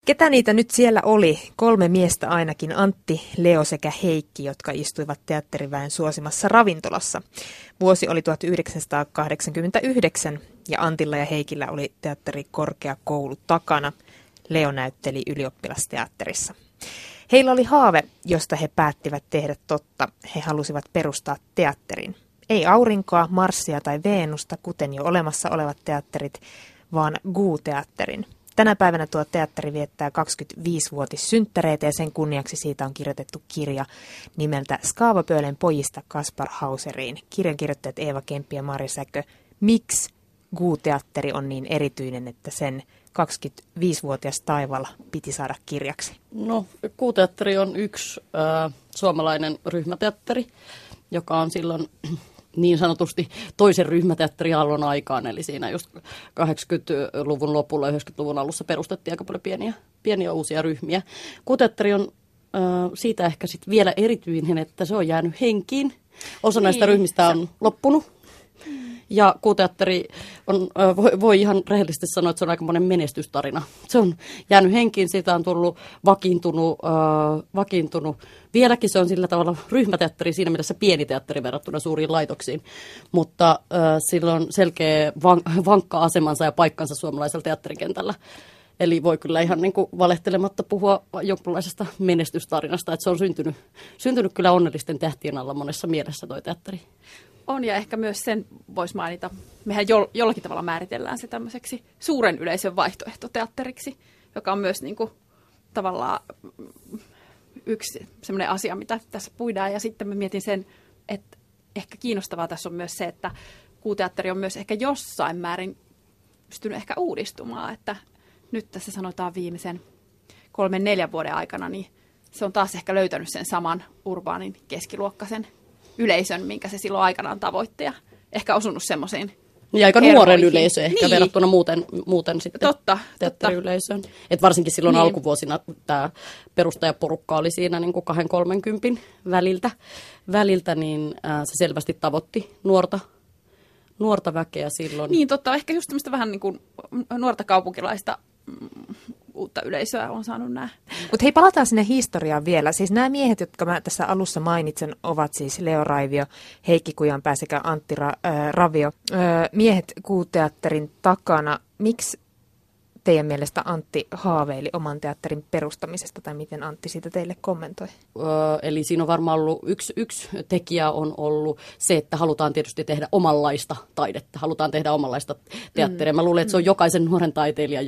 Ketä niitä nyt siellä oli? 3 miestä ainakin, Antti, Leo sekä Heikki, jotka istuivat teatteriväen suosimassa ravintolassa. Vuosi oli 1989 ja Antilla ja Heikillä oli teatterikorkeakoulu takana. Leo näytteli ylioppilasteatterissa. Heillä oli haave, josta he päättivät tehdä totta. He halusivat perustaa teatterin. Ei Aurinkoa, Marssia tai Veenusta, kuten jo olemassa olevat teatterit, vaan GU-teatterin. Tänä päivänä tuo teatteri viettää 25-vuotissynttäreitä ja sen kunniaksi siitä on kirjoitettu kirja nimeltä Skaavapöölen pojista Kaspar Hauseriin. Kirjan kirjoittajat Eeva Kemppi ja Mari Säkö. Miksi GU-teatteri on niin erityinen, että sen 25-vuotias taivaalla piti saada kirjaksi? No, GU-teatteri on yksi suomalainen ryhmäteatteri, joka on silloin niin sanotusti toisen ryhmäteatteriaallon aikaan, eli siinä just 80-luvun lopulla ja 90-luvun alussa perustettiin aika paljon pieniä uusia ryhmiä. GU-teatteri on siitä ehkä sit vielä erityinen, että se on jäänyt henkiin. Osa näistä ryhmistä on loppunut. Ja GU-teatteri on, voi ihan rehellisesti sanoa, että se on aikamoinen menestystarina. Se on jäänyt henkiin, siitä on tullut vakiintunut. Vieläkin se on sillä tavalla ryhmäteatteri siinä mielessä pieni teatteri verrattuna suuriin laitoksiin, mutta sillä on selkeä vankka asemansa ja paikkansa suomalaisella teatterikentällä. Eli voi kyllä ihan niin kuin valehtelematta puhua jonkinlaisesta menestystarinasta, että se on syntynyt kyllä onnellisten tähtien alla monessa mielessä toi teatteri. On, ja ehkä myös sen voisi mainita, mehän jollakin tavalla määritellään se tämmöiseksi suuren yleisön vaihtoehtoteatteriksi, joka on myös niin kuin tavallaan yksi semmoinen asia, mitä tässä puidaan. Ja sitten mä mietin sen, että ehkä kiinnostavaa tässä on myös se, että GU-teatteri on myös ehkä jossain määrin pystynyt ehkä uudistumaan, että nyt tässä sanotaan viimeisen 3-4 vuoden aikana, niin se on taas ehkä löytänyt sen saman urbaanin keskiluokkaisen yleisön, minkä se silloin aikanaan tavoitti ja ehkä osunut semmoisiin. Ja aika nuoren yleisö ehkä verrattuna muuten sitten teatteriyleisöön. Et varsinkin silloin alkuvuosina tämä perustajaporukka oli siinä niin kuin 20-30 väliltä, niin se selvästi tavoitti nuorta väkeä silloin. Niin totta, ehkä just tämmöistä vähän niin kuin nuorta kaupunkilaista uutta yleisöä on saanut nähdä. Mutta hei, palataan sinne historiaan vielä. Siis nämä miehet, jotka mä tässä alussa mainitsen, ovat siis Leo Raivio, Heikki Kujanpää sekä Antti Ravio. Miehet GU-teatterin takana. Miksi teidän mielestä Antti haaveili oman teatterin perustamisesta, tai miten Antti siitä teille kommentoi? Eli siinä on varmaan ollut yksi tekijä on ollut se, että halutaan tietysti tehdä omanlaista taidetta, halutaan tehdä omanlaista teatteria. Mä luulen, että se on jokaisen nuoren taiteilijan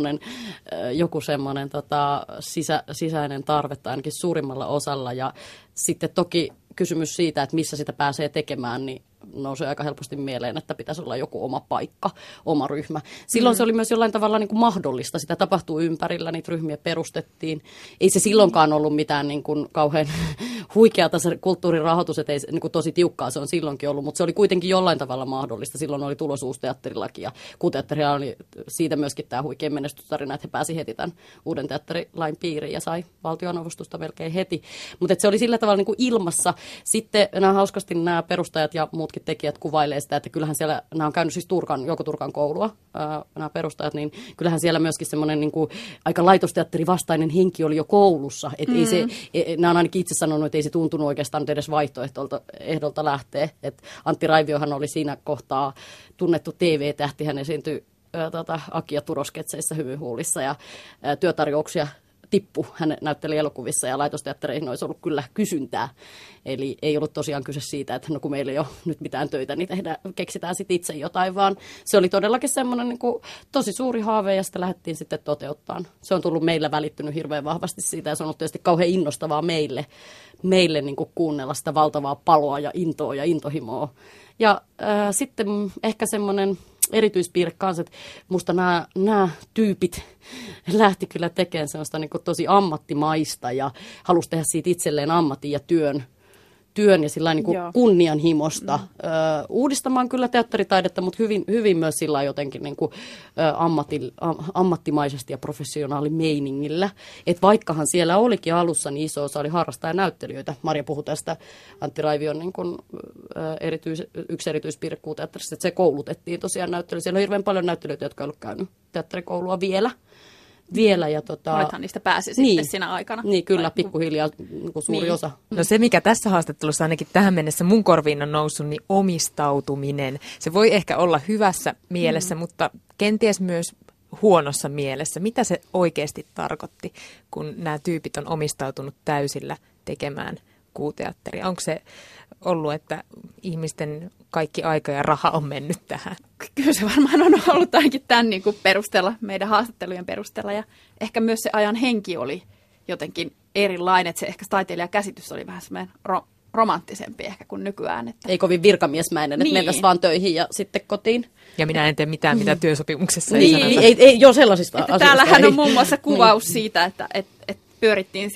joku semmoinen sisäinen tarve, tai ainakin suurimmalla osalla. Ja sitten toki kysymys siitä, että missä sitä pääsee tekemään, niin nousee aika helposti mieleen, että pitäisi olla joku oma paikka, oma ryhmä. Silloin se oli myös jollain tavalla niin kuin mahdollista. Sitä tapahtuu ympärillä, niitä ryhmiä perustettiin. Ei se silloinkaan ollut mitään niin kuin kauhean huikeata se kulttuurirahoitus, että ei niin kuin tosi tiukkaa se on silloinkin ollut, mutta se oli kuitenkin jollain tavalla mahdollista. Silloin oli tulos uusi teatterilaki ja GU-teatterilla oli siitä myöskin tämä huikea menestystarina, että he pääsi heti tämän uuden teatterilain piiriin ja sai valtionavustusta melkein heti. Mutta se oli sillä tavalla niin kuin ilmassa. Sitten hauskasti nämä perustajat ja muutkin tekijät kuvailee sitä, että kyllähän siellä, nämä on käynyt siis Turkan koulua, nämä perustajat, niin kyllähän siellä myöskin semmoinen niin kuin aika laitosteatterivastainen henki oli jo koulussa. Että ei se, nämä on ainakin itse sanonut, että ei se tuntunut oikeastaan nyt edes vaihtoehdolta lähteä. Et Antti Raiviohan oli siinä kohtaa tunnettu TV-tähti, hän esiintyi Aki ja Turo-sketseissä Hymyhuulissa ja työtarjouksia tippu. Hän näytteli elokuvissa ja laitosteattereihin olisi ollut kyllä kysyntää. Eli ei ollut tosiaan kyse siitä, että no kun meillä ei ole nyt mitään töitä, niin keksitään sitten itse jotain, vaan se oli todellakin semmoinen niin kuin tosi suuri haave ja sitä lähdettiin sitten toteuttamaan. Se on tullut meillä välittynyt hirveän vahvasti siitä ja se on ollut tietysti kauhean innostavaa meille niin kuin kuunnella sitä valtavaa paloa ja intoa ja intohimoa. Ja sitten ehkä semmoinen erityispiirre kanssa, että musta nämä tyypit lähti kyllä tekemään sellaista niin kuin tosi ammattimaista ja halusi tehdä siitä itselleen ammatin ja työn ja sillä niin kuin kunnianhimosta. Uudistamaan kyllä teatteritaidetta, mutta hyvin myös sillä jotenkin niin kuin ammattimaisesti ja professionaalimeiningillä. Että vaikkahan siellä olikin alussa niin iso osa oli harrastajanäyttelijöitä. Marja puhui tästä Antti Raivion niin kuin, yksi erityispiirre GU-teatterissa, että se koulutettiin tosiaan näyttelijöitä. Siellä on hirveän paljon näyttelijöitä, jotka ei ollut käynyt teatterikoulua vielä. vielä. Ja monethan niistä pääsi niin, sitten siinä aikana. Niin, kyllä, pikkuhiljaa niin suuri osa. No se, mikä tässä haastattelussa ainakin tähän mennessä mun korviin on noussut, niin omistautuminen. Se voi ehkä olla hyvässä mielessä, mutta kenties myös huonossa mielessä. Mitä se oikeasti tarkoitti, kun nämä tyypit on omistautunut täysillä tekemään kuuteatteria? Onko se ollut, että ihmisten kaikki aika ja raha on mennyt tähän? Kyllä se varmaan on ollut ainakin tämän niin kuin perusteella, meidän haastattelujen perusteella. Ja ehkä myös se ajan henki oli jotenkin erilainen, että se ehkä taiteilijakäsitys oli vähän semmoinen romanttisempi ehkä kuin nykyään. Että... Ei kovin virkamiesmäinen, että mentäisiin vaan töihin ja sitten kotiin. Ja minä en tee mitään, mitä työsopimuksessa ei sanota. Ei ole sellaisista asioista. Täällähän on muun muassa kuvaus siitä, että pyörittiin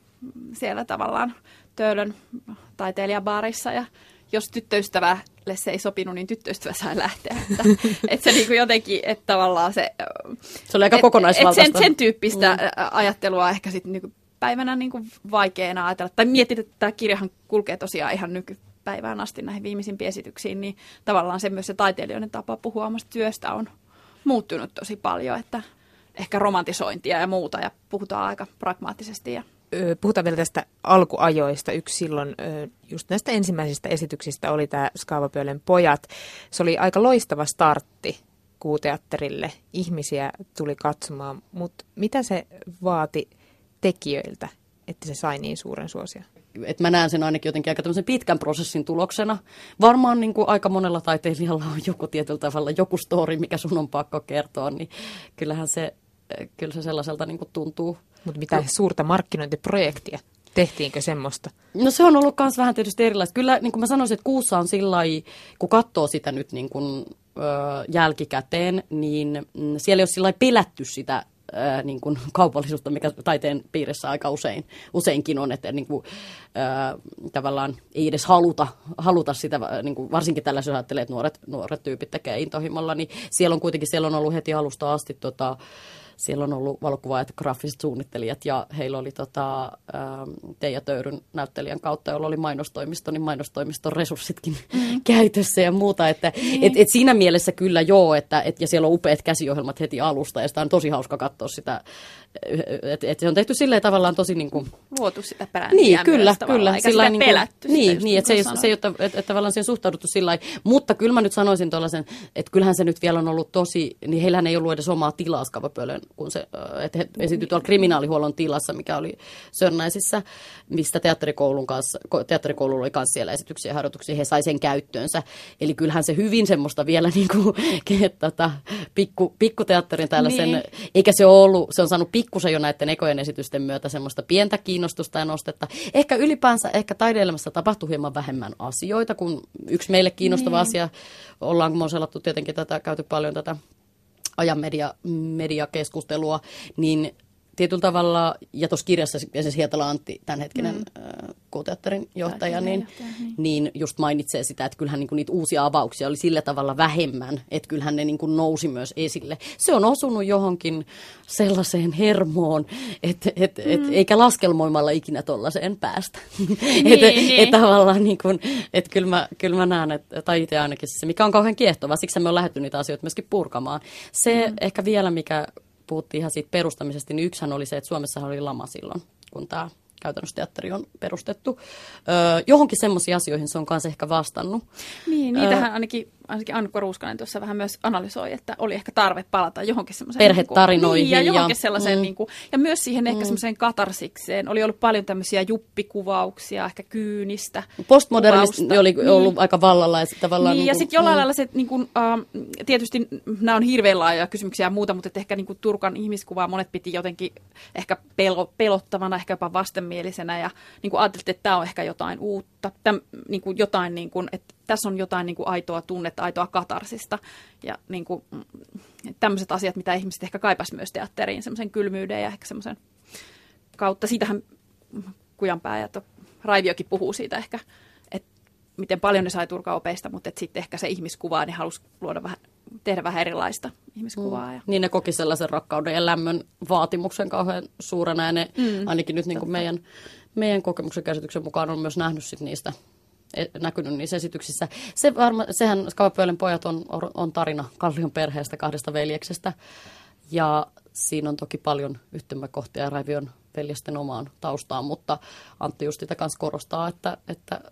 siellä tavallaan Töölön taiteilijabaarissa ja jos tyttöystävälle se ei sopinut, niin tyttöystävä sai lähteä. Että se niinku jotenkin, että tavallaan se oli aika kokonaisvaltaista. Sen tyyppistä ajattelua ehkä sitten nykypäivänä niinku vaikeana ajatella. Tai mietit, että tämä kirjahan kulkee tosiaan ihan nykypäivään asti näihin viimeisimpiin esityksiin, niin tavallaan se myös se taiteilijoiden tapa puhua omasta työstä on muuttunut tosi paljon, että ehkä romantisointia ja muuta ja puhutaan aika pragmaattisesti ja puhutaan vielä tästä alkuajoista. Yksi silloin just näistä ensimmäisistä esityksistä oli tämä Skaavapöölen pojat. Se oli aika loistava startti kuuteatterille. Ihmisiä tuli katsomaan, mutta mitä se vaati tekijöiltä, että se sai niin suuren suosion? Et mä näen sen ainakin jotenkin aika tämmöisen pitkän prosessin tuloksena. Varmaan niin kuin aika monella taiteilijalla on joku tietyllä tavalla joku story, mikä sun on pakko kertoa, niin kyllä se sellaiselta niin kuin tuntuu. Mutta mitä suurta markkinointiprojektia? Tehtiinkö semmoista? No se on ollut myös vähän tietysti erilaista. Kyllä niin kuin mä sanoisin, että Kuussa on sillä lailla, kun katsoo sitä nyt niin kuin, jälkikäteen, niin siellä ei ole sillä lailla pelätty sitä niin kuin kaupallisuutta, mikä taiteen piirissä aika useinkin on, että niin kuin, tavallaan ei edes haluta sitä, niin kuin varsinkin tällaisessa ajattelee, että nuoret tyypit tekee intohimolla, niin siellä on ollut heti alusta asti siellä on ollut valokuvaajat ja graafiset suunnittelijat ja heillä oli Teija Töyryn näyttelijän kautta, jolla oli mainostoimisto, niin mainostoimiston resurssitkin käytössä ja muuta. Että et siinä mielessä kyllä joo, ja siellä on upeat käsiohjelmat heti alusta ja sitä on tosi hauska katsoa sitä, että se on tehty silleen tavallaan tosi niin kuin... Luotu sitä brändiä niin, kyllä, eikä sitä niin pelätty. Niin, että se ei ole, että tavallaan siihen suhtauduttu sillä lailla. Mutta kyllä mä nyt sanoisin tuollaisen, että kyllähän se nyt vielä on ollut tosi, niin heillähän ei ollut edes omaa tilaa Skaavapöölön, kun se, että he esityi tuolla kriminaalihuollon tilassa, mikä oli Sörnäisissä, mistä teatterikoululla oli myös siellä esityksiä ja harjoituksia, he sai sen käyttöönsä. Eli kyllähän se hyvin semmoista vielä niin kuin, pikkuteatterin tällaisen, eikä se ole ollut, se on saanut pikkusen jo näiden ekojen esitysten myötä semmoista pientä kiinnostusta ja nostetta. Ehkä ylipäänsä, taide-elämässä tapahtuu hieman vähemmän asioita, kun yksi meille kiinnostava asia, ollaan kun me on selattu tietenkin käyty paljon tätä ajan mediakeskustelua, niin tietyllä tavalla, ja tuossa kirjassa esimerkiksi Hietala Antti, tämänhetkinen kuuteatterin johtaja, niin just mainitsee sitä, että kyllähän niinku niitä uusia avauksia oli sillä tavalla vähemmän, että kyllähän ne niinku nousi myös esille. Se on osunut johonkin sellaiseen hermoon, että eikä laskelmoimalla ikinä tollaiseen päästä. Että tavallaan niinku, että kyllä mä näen, tai itse ainakin se, mikä on kauhean kiehtovaa, siksi me on lähdetty niitä asioita myöskin purkamaan. Se ehkä vielä, mikä puhuttiin ihan siitä perustamisesta, niin yksihän oli se, että Suomessahan oli lama silloin, kun tämä käytännössä teatteri on perustettu. Johonkin semmoisiin asioihin se on kanssa ehkä vastannut. Niin, niitähän ainakin Annukka Ruuskanen tuossa vähän myös analysoi, että oli ehkä tarve palata johonkin semmoiseen perhetarinoihin. Ja johonkin sellaiseen, ja myös siihen ehkä semmoiseen katarsikseen. Oli ollut paljon tämmöisiä juppikuvauksia, ehkä kyynistä. Postmodernismi oli ollut aika vallalla. Ja tavallaan ja sitten jollain lailla se, tietysti nämä on hirveän laajoja kysymyksiä ja muuta, mutta ehkä Turkan ihmiskuvaa monet piti jotenkin ehkä pelottavana, ehkä jopa vastenmielisenä. Ja ajattelin, että tämä on ehkä jotain uutta. Jotain, että tässä on jotain aitoa tunnetta, aitoa katarsista ja tämmöiset asiat, mitä ihmiset ehkä kaipasivat myös teatteriin, semmoisen kylmyyden ja ehkä semmoisen kautta. Siitähän Kujanpää ja Raiviokin puhuu siitä ehkä, että miten paljon ne sai Turka-opeista, mutta sitten ehkä se ihmiskuva, niin halusi tehdä vähän erilaista ihmiskuvaa. Ja. Niin ne koki sellaisen rakkauden ja lämmön vaatimuksen kauhean suurena ja ne ainakin nyt meidän kokemuksen käsityksen mukaan on myös nähnyt sit niistä näkynyt niissä esityksissä. Sehän Skaavapöölen pojat on tarina Kallion perheestä, 2 veljeksestä. Ja siinä on toki paljon yhtymäkohtia Raivion veljesten omaan taustaan, mutta Antti just sitä kanssa korostaa, että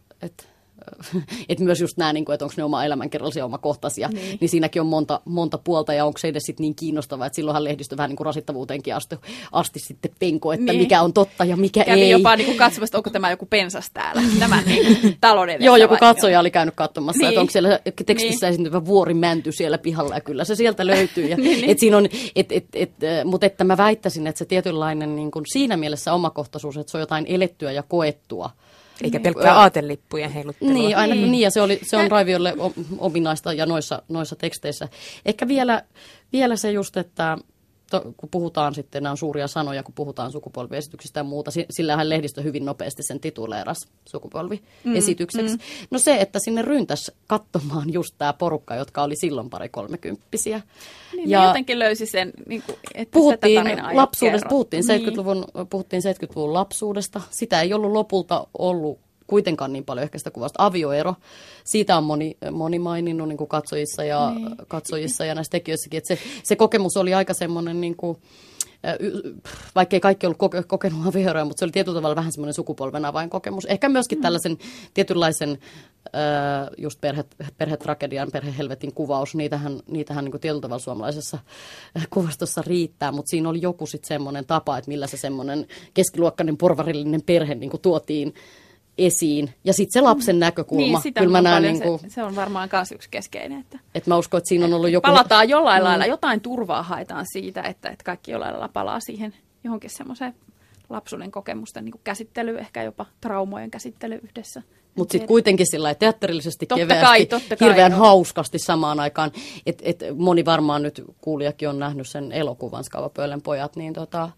myös just nämä, että onko ne oma elämänkerrallisia, omakohtaisia, niin siinäkin on monta puolta, ja onko se edes sitten niin kiinnostavaa, että silloinhan lehdistö vähän niin kuin rasittavuuteenkin asti sitten penko, että mikä on totta ja mikä Kävi ei. jopa niin kuin katsomassa, onko tämä joku pensas täällä, tämä niin talouden Joo, joku katsoja oli käynyt katsomassa, että onko siellä tekstissä niin. esiintyvä vuorimänty siellä pihalla, ja kyllä se sieltä löytyy. Ja, et siinä on, mutta että mä väittäisin, että se tietynlainen niin kuin siinä mielessä omakohtaisuus, että se on jotain elettyä ja koettua. Eikä pelkkää aatelippujen heiluttelua. Niin, aina niin, ja se on Raiviolle ominaista ja noissa teksteissä. Ehkä vielä se just, että kun puhutaan sitten, nämä on suuria sanoja, kun puhutaan sukupolviesityksistä ja muuta, sillähän lehdistö hyvin nopeasti sen tituleeras sukupolviesitykseksi. No se, että sinne ryntäs katsomaan just tämä porukka, jotka oli silloin pari 30-vuotiaita. Niin, ja jotenkin löysi sen, niin kuin, että puhuttiin tätä tarinaa lapsuudesta, puhuttiin 70-luvun lapsuudesta. Sitä ei ollut lopulta ollut kuitenkaan niin paljon ehkä sitä kuvasta. Avioero, siitä on moni maininnut niin kuin katsojissa ja näissä tekijöissäkin, että se kokemus oli aika semmoinen, niin kuin, vaikkei kaikki ollut kokenut avioeroja, mutta se oli tietyllä tavalla vähän semmoinen sukupolven avainkokemus. Ehkä myöskin tällaisen tietynlaisen just perhetragedian, perhehelvetin kuvaus, niitähän niin kuin tietyllä tavalla suomalaisessa kuvastossa riittää, mutta siinä oli joku sitten semmoinen tapa, että millä se semmoinen keskiluokkainen porvarillinen perhe niin kuin tuotiin esiin. Ja sitten se lapsen näkökulma. Niin, kyllä mä näen, se on varmaan myös yksi keskeinen. Että mä uskon, että siinä on ollut joku... Palataan jollain lailla, jotain turvaa haetaan siitä, että kaikki jollain lailla palaa siihen johonkin semmoiseen lapsuuden kokemusten niin kuin käsittelyyn, ehkä jopa traumojen käsittely yhdessä. Mutta sitten kuitenkin sillä teatterillisesti keveästi, hirveän hauskasti samaan aikaan. Moni varmaan nyt kuulijakin on nähnyt sen elokuvan Skavapöölen pojat, niin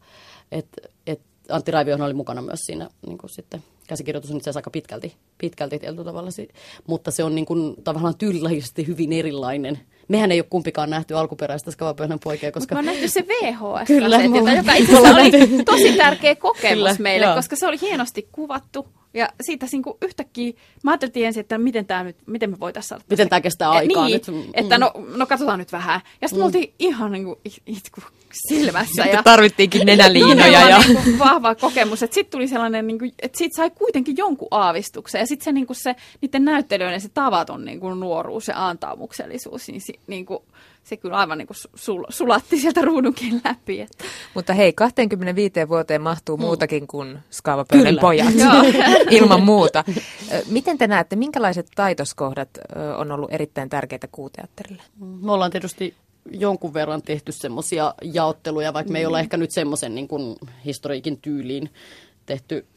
Antti Raiviohan oli mukana myös siinä niin kuin sitten. Käsikirjoitus on itse asiassa aika pitkälti tietyllä tavalla, mutta se on niin kuin tavallaan tyylillisesti hyvin erilainen. Mehän ei ole kumpikaan nähty alkuperäistä Skavapöölän poikia, koska... Mutta mä oon nähty se VHS, kyllä, joka itse asiassa oli tosi tärkeä kokemus meille, koska se oli hienosti kuvattu. Ja siitä niinku yhtäkkiä, mä ajattelin ensin, että miten me voitaisiin saada... Miten tämä kestää aikaa niin, nyt? Että no katsotaan nyt vähän. Ja sitten me oltiin ihan niinku itku silmässä. Ja tarvittiinkin nenäliinoja. Ja niinku vahva kokemus. Että sitten tuli sellainen, niinku, että siitä sai kuitenkin jonkun aavistuksen. Ja sitten se, niinku se niiden näyttelijöiden se tavaton niinku nuoruus ja antaamuksellisuus, niin niinku, se kyllä aivan niin kuin sulatti sieltä ruudunkin läpi. Että. Mutta hei, 25 vuoteen mahtuu muutakin kuin Skavapöölen pojat. Ilman muuta. Miten te näette, minkälaiset taitoskohdat on ollut erittäin tärkeitä Kuuteatterille? Me ollaan tietysti jonkun verran tehty semmoisia jaotteluja, vaikka me ei olla ehkä nyt semmoisen niin kuin historiikin tyyliin tehty.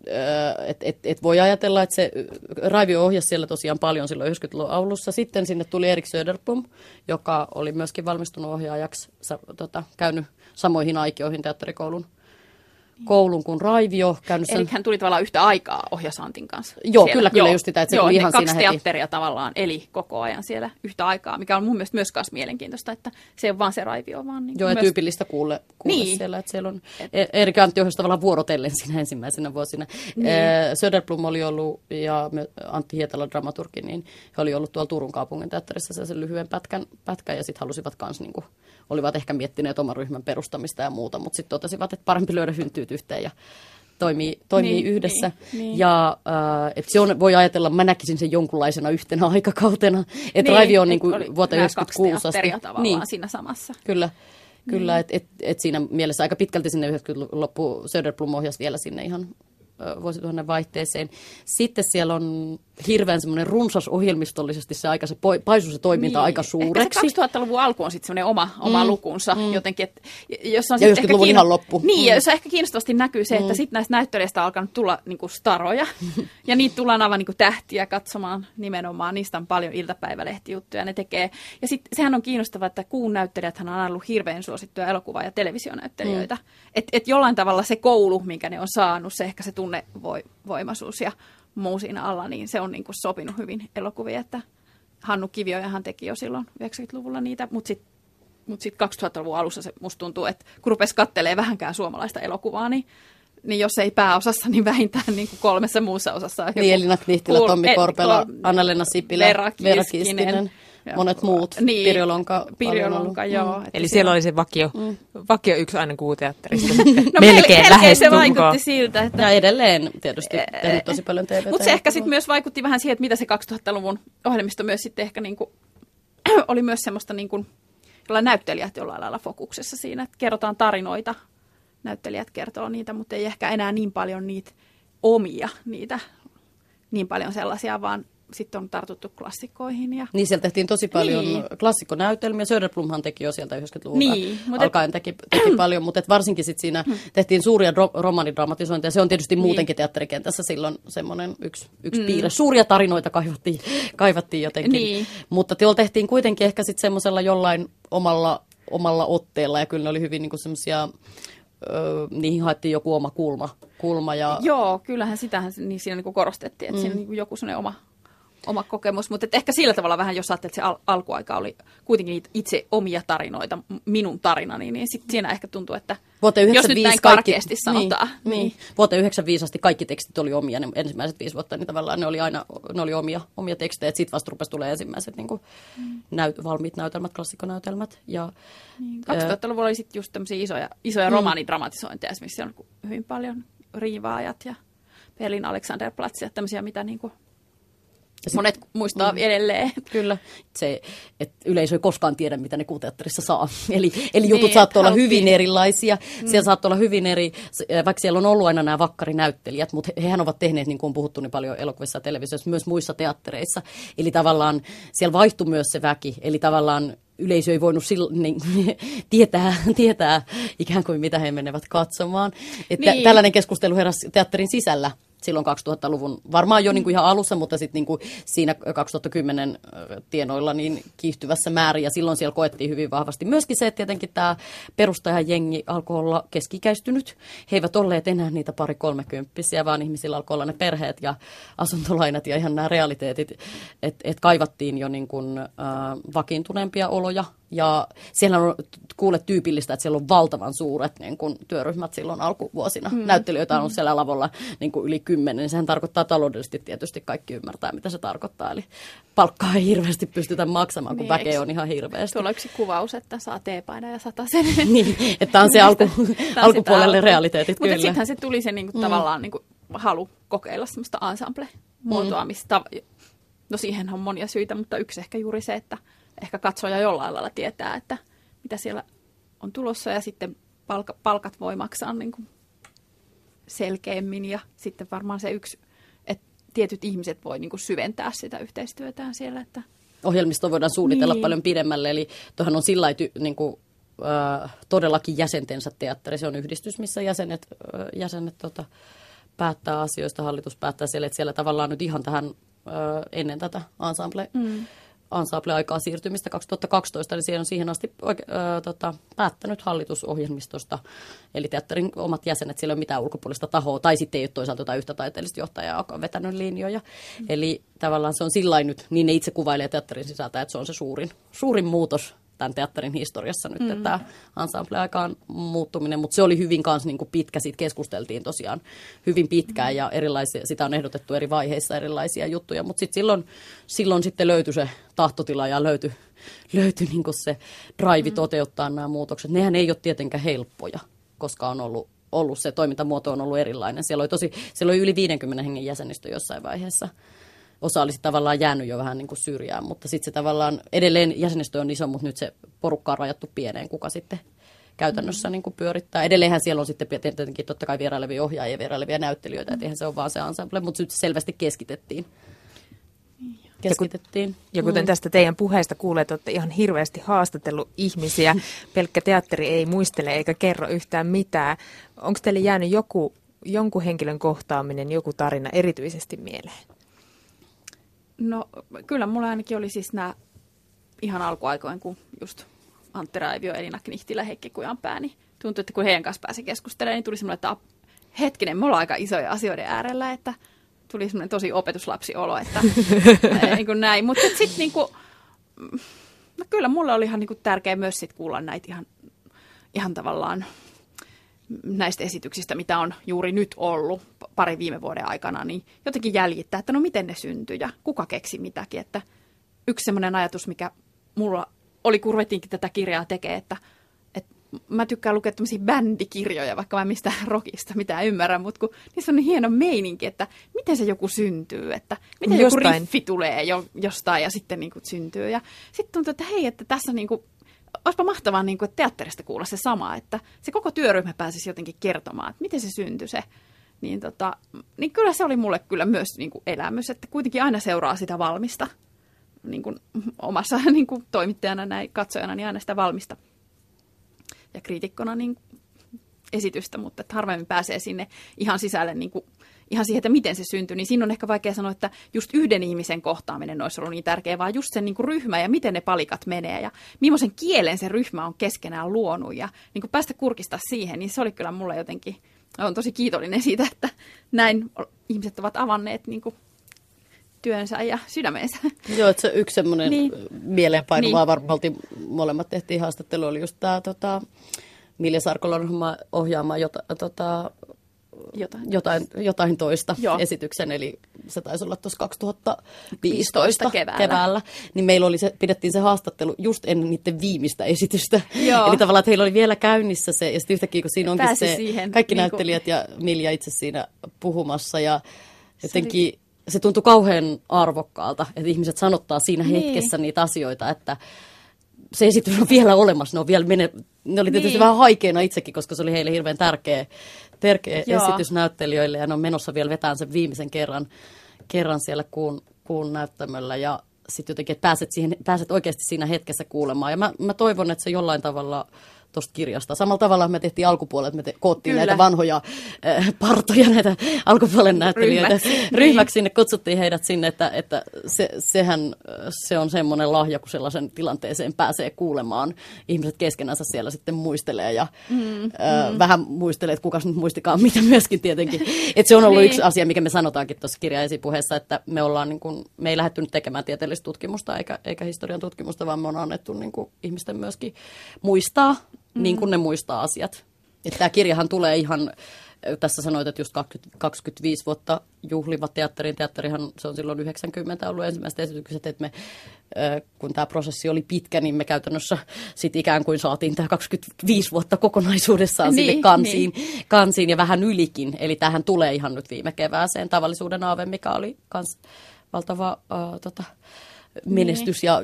Et voi ajatella, että se Raivio ohjasi siellä tosiaan paljon silloin 90-luvun alussa. Sitten sinne tuli Erik Söderblom, joka oli myöskin valmistunut ohjaajaksi, käynyt samoihin aikioihin teatterikoulun kuin Raivio. Eli hän tuli tavallaan yhtä aikaa ohjasi Antin kanssa. Joo, siellä. kyllä just sitä, että se tuli ihan siinä heti. 2 teatteria tavallaan eli koko ajan siellä yhtä aikaa, mikä on mun mielestä myös mielenkiintoista, että se ei ole vaan se Raivio, vaan niin joo, ja myös... tyypillistä kuulle niin. Siellä, että siellä on Erik Antti ohjasi tavallaan vuorotellen siinä ensimmäisenä vuosina. Niin. Söderblom oli ollut, ja Antti Hietala dramaturgi, niin he oli ollut tuolla Turun kaupungin teatterissa sen lyhyen pätkän ja sitten halusivat kanssa niinku olivat ehkä miettineet oman ryhmän perustamista ja muuta, mutta sitten totesivat, että parempi lyödä hynttyyt yhteen ja toimii niin, yhdessä. Niin. Ja että se voi ajatella, mä näkisin sen jonkunlaisena yhtenä aikakautena. Että Raivio on niin kuin vuoteen 1996 asti. Tavallaan siinä samassa. Kyllä, että siinä mielessä aika pitkälti sinne 90-luvun loppuun Söderblom ohjasi vielä sinne ihan vuosituhannen vaihteeseen. Sitten siellä on hirveän semmoinen runsas ohjelmistollisesti se paisuu se toiminta aika suureksi. Ehkä se 2000-luvun alku on sitten semmoinen oma lukunsa jotenkin. Että, jossa on ja 90-luvun ihan loppu. Niin, ja jossa ehkä kiinnostavasti näkyy se, että sitten näistä näyttelijöistä on alkanut tulla niinku staroja. Ja niitä tullaan aivan niinku tähtiä katsomaan nimenomaan. Niistä on paljon iltapäivälehtijuttuja ne tekee. Ja sitten sehän on kiinnostavaa, että Kuun näyttelijäthän on ollut hirveän suosittuja elokuva- ja televisionäyttelijöitä. Että jollain tavalla se koulu, minkä ne on saanut, se ehkä se tunnevoimaisuus ja muu siinä alla, niin se on niin kuin sopinut hyvin elokuvia, että Hannu Kiviojahan teki jo silloin 90-luvulla niitä, mutta sitten 2000-luvun alussa se musta tuntuu, että kun rupesi katselemaan vähänkään suomalaista elokuvaa, niin jos ei pääosassa, niin vähintään niin kuin 3 muussa osassa. Niin, Elina Knihtilä, Tommi Korpela, Anna-Leena Sipilä, Vera Kiskinen. Ja monet muut. Niin, Pirjo Lonka, joo. Eli siellä oli se vakio yksi aina kuuteatterista. No melkein se vaikutti siltä. Että... Ja edelleen tietysti tehnyt tosi paljon TVtä. Mutta se ehkä sitten myös vaikutti vähän siihen, että mitä se 2000-luvun ohjelmisto myös sitten ehkä niinku, oli myös semmoista niinku, jolla näyttelijät jollain lailla fokuksessa siinä, että kerrotaan tarinoita. Näyttelijät kertoo niitä, mutta ei ehkä enää niin paljon niitä omia, niitä niin paljon sellaisia, vaan sitten on tartuttu klassikoihin. Ja... Niin, siellä tehtiin tosi paljon klassikkonäytelmiä. Söderblomhan teki jo sieltä 90-luvulta alkaen teki paljon, mutta varsinkin sit siinä tehtiin suuria romanidramatisointeja. Se on tietysti muutenkin teatterikentässä silloin semmoinen yksi piirre. Suuria tarinoita kaivattiin jotenkin, mutta teillä tehtiin kuitenkin ehkä sitten semmoisella jollain omalla otteella, ja kyllä ne oli hyvin niinku semmoisia... niihin haettiin joku oma kulma ja... Joo, kyllähän sitähän niin siinä niin korostettiin, että siinä on niin joku sellainen oma kokemus, mutta ehkä sillä tavalla vähän, jos ajattelet, että se alkuaika oli kuitenkin niitä itse omia tarinoita, minun tarinani, niin sitten siinä ehkä tuntuu, että jos nyt näin karkeasti sanotaan. Niin. Vuoteen 1995 asti kaikki tekstit oli omia, ne ensimmäiset 5 vuotta, niin tavallaan ne oli omia tekstejä, että sitten vasta rupesi tulee ensimmäiset niin kuin valmiit näytelmät, klassikkonäytelmät. Ja, 2000-luvulla oli sitten just tämmöisiä isoja romaanidramatisointeja, esimerkiksi on hyvin paljon Riivaajat ja Berlin Alexanderplatz ja tämmöisiä, mitä niinku monet muistaa edelleen. Kyllä. Se, että yleisö ei koskaan tiedä, mitä ne kuuteatterissa saa. Eli jutut saattoi olla hyvin erilaisia. Siellä saattoi olla hyvin eri, vaikka siellä on ollut aina nämä vakkarinäyttelijät, mutta hehän ovat tehneet, niin kuin on puhuttu niin paljon elokuvissa ja televisiossa, myös muissa teattereissa. Eli tavallaan siellä vaihtui myös se väki. Eli tavallaan yleisö ei voinut tietää ikään kuin mitä he menevät katsomaan. Että tällainen keskustelu heräsi teatterin sisällä silloin 2000-luvun, varmaan jo niin kuin ihan alussa, mutta sitten niin kuin siinä 2010 tienoilla niin kiihtyvässä määrin, ja silloin siellä koettiin hyvin vahvasti. Myöskin se, että tietenkin tämä perustajajengi alkoi olla keski-ikäistynyt. He eivät olleet enää niitä pari 30-vuotiaita, vaan ihmisillä alkoi olla ne perheet ja asuntolainat ja ihan nämä realiteetit, että kaivattiin jo niin kuin, vakiintuneempia oloja. Ja siellä on kuullut tyypillistä, että siellä on valtavan suuret niin kuin, työryhmät silloin alkuvuosina. Näyttelijöitä on ollut siellä lavalla niin kuin yli 10, niin sehän tarkoittaa taloudellisesti tietysti, kaikki ymmärtää, mitä se tarkoittaa. Eli palkkaa ei hirveästi pystytä maksamaan, kun väkeä on ihan hirveästi. Tuolla yksi kuvaus, että saa teepaida ja 100 sen. Niin, että on se alkupuolelle realiteetit, kyllä. Mutta sittenhän se tuli se niin kuin, tavallaan niin kuin, halu kokeilla semmoista ensemble-muotoamista. No siihen on monia syitä, mutta yksi ehkä juuri se, että ehkä katsoja jollain lailla tietää, että mitä siellä on tulossa, ja sitten palkat voi maksaa niin kuin selkeämmin, ja sitten varmaan se yksi, että tietyt ihmiset voi niin kuin syventää sitä yhteistyötään siellä. Että... Ohjelmisto voidaan suunnitella paljon pidemmälle, eli tuohan on sillä niin kuin, todellakin jäsentensä teatteri. Se on yhdistys, missä jäsenet päättää asioista, hallitus päättää siellä, että siellä tavallaan nyt ihan tähän ennen tätä ensemble-aikaa siirtymistä 2012, niin siellä on siihen asti päättänyt hallitusohjelmistosta, eli teatterin omat jäsenet, siellä ei ole mitään ulkopuolista tahoa, tai sitten ei ole toisaalta jotain yhtä taiteellista johtajaa, joka on vetänyt linjoja. Eli tavallaan se on sillain nyt, niin ne itse kuvailee teatterin sisältä, että se on se suurin muutos tämän teatterin historiassa nyt, että tämä ensemble-aikaan muuttuminen, mutta se oli hyvin kanssa niin kuin pitkä, siitä keskusteltiin tosiaan hyvin pitkään ja sitä on ehdotettu eri vaiheissa erilaisia juttuja, mutta silloin sitten löytyi se tahtotila ja löytyi niin kuin se drive toteuttaa nämä muutokset. Nehän ei ole tietenkään helppoja, koska on ollut se toimintamuoto on ollut erilainen. Siellä oli yli 50 hengen jäsenistö jossain vaiheessa. Osa olisi tavallaan jäänyt jo vähän niin kuin syrjään, mutta sitten se tavallaan edelleen jäsenistö on iso, mutta nyt se porukka on rajattu pieneen, kuka sitten käytännössä niin kuin pyörittää. Edelleenhän siellä on sitten tietenkin totta kai vierailevia ohjaajia ja vierailevia näyttelijöitä, että eihän se ole vaan se ensemble, mutta nyt se selvästi keskitettiin. Ja kuten tästä teidän puheesta kuulee, että olette ihan hirveästi haastatellut ihmisiä. Pelkkä teatteri ei muistele eikä kerro yhtään mitään. Onko teille jäänyt jonkun henkilön kohtaaminen, joku tarina erityisesti mieleen? No kyllä mulla ainakin oli siis nämä ihan alkuaikoin, kun just Antti Raivio, Elina Knihtilä, Heikki Kujanpää, niin tuntui, että kun heidän kanssa pääsi keskustelemaan, niin tuli semmoinen, että hetkinen, me ollaan aika isoja asioiden äärellä, että tuli semmoinen tosi opetuslapsiolo, että niin kuin näin. Mutta sitten niin kuin, no kyllä mulle oli ihan niin kuin tärkeää myös sit kuulla näitä ihan tavallaan näistä esityksistä, mitä on juuri nyt ollut pari viime vuoden aikana, niin jotenkin jäljittää, että no miten ne syntyi ja kuka keksi mitäkin, että yksi semmoinen ajatus, mikä mulla oli, kun ruvetiinkin tätä kirjaa tekemään, että mä tykkään lukea tämmöisiä bändikirjoja, vaikka mä en mistään rockista mitään ymmärrän, mutta kun niissä on niin hieno meininki, että miten se joku syntyy, että miten joku riffi tulee jostain ja sitten niin kuin syntyy. Ja sitten tuntuu, että hei, että tässä niin kuin, olisipa mahtavaa, niin kuin, että teatterista kuulla se sama, että se koko työryhmä pääsisi jotenkin kertomaan, että miten se syntyi se. Niin kyllä se oli mulle kyllä myös niin kuin elämys, että kuitenkin aina seuraa sitä valmista. Niin kuin omassa niin kuin toimittajana, näin katsojana, niin aina sitä valmista. Ja kriitikkona niin esitystä, mutta että harvemmin pääsee sinne ihan sisälle niin kuin, ihan siihen, että miten se syntyi, niin siinä on ehkä vaikea sanoa, että just yhden ihmisen kohtaaminen olisi ollut niin tärkeää, vaan just sen niin kuin ryhmä ja miten ne palikat menee ja millaisen kielen se ryhmä on keskenään luonut ja niin kuin päästä kurkistaa siihen, niin se oli kyllä mulle jotenkin, olen tosi kiitollinen siitä, että näin ihmiset ovat avanneet niin kuin työnsä ja sydämensä. Joo, että se yksi semmoinen mieleenpainuvaa, varmaan molemmat tehtiin haastattelu, oli just tämä Milja Sarkolan ohjaama jotain toista esityksen, eli se taisi olla tuossa 2015 keväällä. Niin meillä oli pidettiin se haastattelu just ennen niiden viimeistä esitystä. Joo. Eli tavallaan, että heillä oli vielä käynnissä se, ja sitten yhtäkkiä, kun siinä onkin se, kaikki näyttelijät ja Milja itse siinä puhumassa, ja jotenkin se tuntui kauhean arvokkaalta, että ihmiset sanottaa siinä hetkessä niitä asioita, että se esitys on vielä olemassa. Ne oli tietysti vähän haikeena itsekin, koska se oli heille hirveän tärkeä esitys näyttelijöille. Ja ne on menossa vielä vetään sen viimeisen kerran siellä kuun näyttämöllä. Ja sitten jotenkin, että pääset oikeasti siinä hetkessä kuulemaan. Ja mä toivon, että se jollain tavalla tuosta kirjasta. Samalla tavalla me tehtiin alkupuolella, että me koottiin näitä vanhoja partoja, näitä alkupuolen näyttelijöitä ryhmäksi sinne, kutsuttiin heidät sinne, että se on semmoinen lahja, kun sellaisen tilanteeseen pääsee kuulemaan. Ihmiset keskenänsä siellä sitten muistelee ja vähän muistelee, että kukas nyt muistikaan mitä myöskin tietenkin. Että se on ollut yksi asia, mikä me sanotaankin tuossa kirjan esipuheessa, että me ei lähdetty nyt tekemään tieteellistä tutkimusta eikä historian tutkimusta, vaan me on annettu niin kuin ihmisten myöskin muistaa, niin kuin ne muistaa asiat. Että tämä kirjahan tulee ihan, tässä sanoit, että just 25 vuotta juhliva teatterihan, se on silloin 90 ollut ensimmäiset esitykset, että me, kun tämä prosessi oli pitkä, niin me käytännössä sitten ikään kuin saatiin tämä 25 vuotta kokonaisuudessaan sinne kansiin ja vähän ylikin. Eli tämähän tulee ihan nyt viime kevääseen Tavallisuuden aave, mikä oli kans valtava menestys ja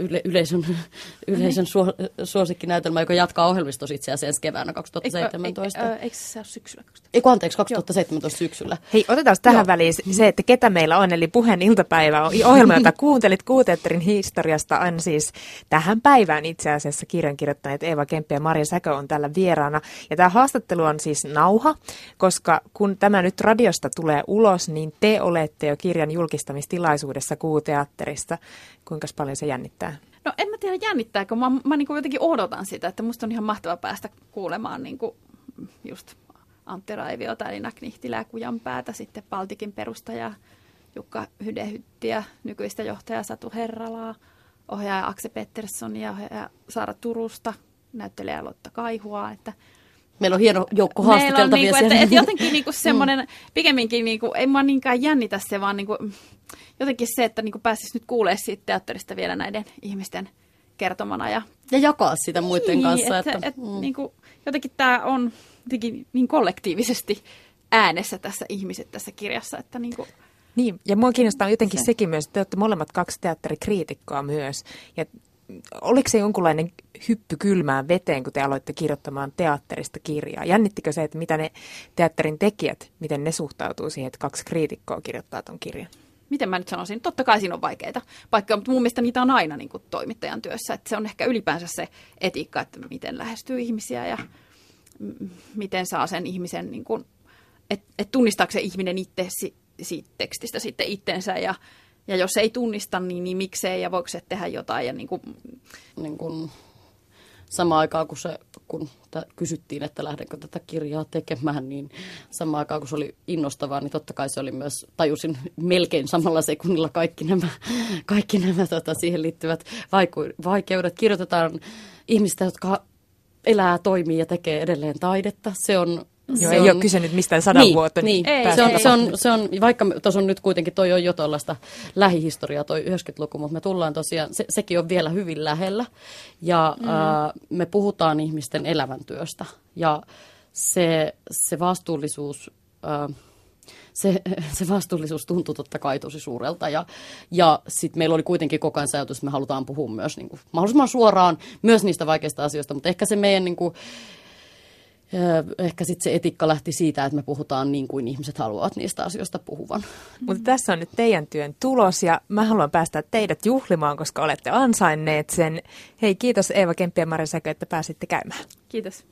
yleisön suosikkinäytelmä, joka jatkaa ohjelmistossa itse asiassa ensi keväänä 2017. Eikö se ole syksyllä? Anteeksi, 2017 syksyllä. Hei, otetaan tähän väliin se, että ketä meillä on, eli Puheen iltapäivä on ohjelma, jota kuuntelit Kuuteatterin historiasta aina siis tähän päivään itse asiassa kirjan kirjoittaneet Eeva Kemppi ja Marja Säkö on täällä vieraana. Ja tämä haastattelu on siis nauha, koska kun tämä nyt radiosta tulee ulos, niin te olette jo kirjan julkistamistilaisuudessa Kuuteatterissa. Kuinka paljon se jännittää? No en mä tiedä jännittääkö, mä niin kuin jotenkin odotan sitä, että musta on ihan mahtava päästä kuulemaan niin kuin just Antti Raiviota, Elina Knihtilää, Kujanpäätä, sitten Baltikin perustaja Jukka Hydehyttiä, nykyistä johtaja Satu Herralaa, ohjaaja Akse Pettersson ja ohjaaja Saara Turusta, näyttelijä Lotta Kaihua, että meillä on hieno joukko haastateltavia siellä. Että jotenkin niinku semmoinen, pikemminkin niinku, ei mua niinkään jännitä se, vaan niinku, jotenkin se, että niinku pääsisi nyt kuulemaan siitä teatterista vielä näiden ihmisten kertomana. Ja jakaa sitä muiden kanssa. Niinku, jotenkin tämä on jotenkin niin kollektiivisesti äänessä tässä ihmiset tässä kirjassa, että niinku. Niin, ja mua kiinnostaa jotenkin sekin myös, että te olette molemmat 2 teatterikriitikkoa myös. Ja oliko se jonkunlainen hyppy kylmään veteen, kun te aloitte kirjoittamaan teatterista kirjaa? Jännittikö se, että mitä ne teatterin tekijät, miten ne suhtautuu siihen, että 2 kriitikkoa kirjoittaa ton kirjan? Miten mä nyt sanoisin? Totta kai siinä on vaikeita paikkoja, mutta mun mielestä niitä on aina niin kuin toimittajan työssä. Että se on ehkä ylipäänsä se etiikka, että miten lähestyy ihmisiä ja miten saa sen ihmisen, niin kuin, että tunnistaako se ihminen itse siitä tekstistä sitten itsensä ja jos ei tunnista, niin miksei ja voiko se tehdä jotain. Ja niin kuin samaan aikaan, kun kysyttiin, että lähdenkö tätä kirjaa tekemään, niin samaan aikaan, kun se oli innostavaa, niin totta kai se oli myös, tajusin melkein samalla sekunnilla kaikki nämä siihen liittyvät vaikeudet. Kirjoitetaan ihmistä, jotka elää, toimii ja tekee edelleen taidetta. Se on Joo, ei ole kysynyt mistään 100 vuotta. Niin. Se on, vaikka tuossa on nyt kuitenkin, toi on jo tuollaista lähihistoriaa, toi 90-luku, mutta me tullaan tosiaan, sekin on vielä hyvin lähellä. Ja me puhutaan ihmisten elämäntyöstä. Ja se vastuullisuus... Se vastuullisuus tuntui totta kai tosi suurelta ja sitten meillä oli kuitenkin koko ajan se ajatus, että me halutaan puhua myös niin kuin, mahdollisimman suoraan myös niistä vaikeista asioista, mutta ehkä se meidän niin kuin, ehkä sitten se etiikka lähti siitä, että me puhutaan niin kuin ihmiset haluavat niistä asioista puhuvan. Mutta tässä on nyt teidän työn tulos ja mä haluan päästä teidät juhlimaan, koska olette ansainneet sen. Hei, kiitos Eeva Kemppi ja Mari Säkö, että pääsitte käymään. Kiitos.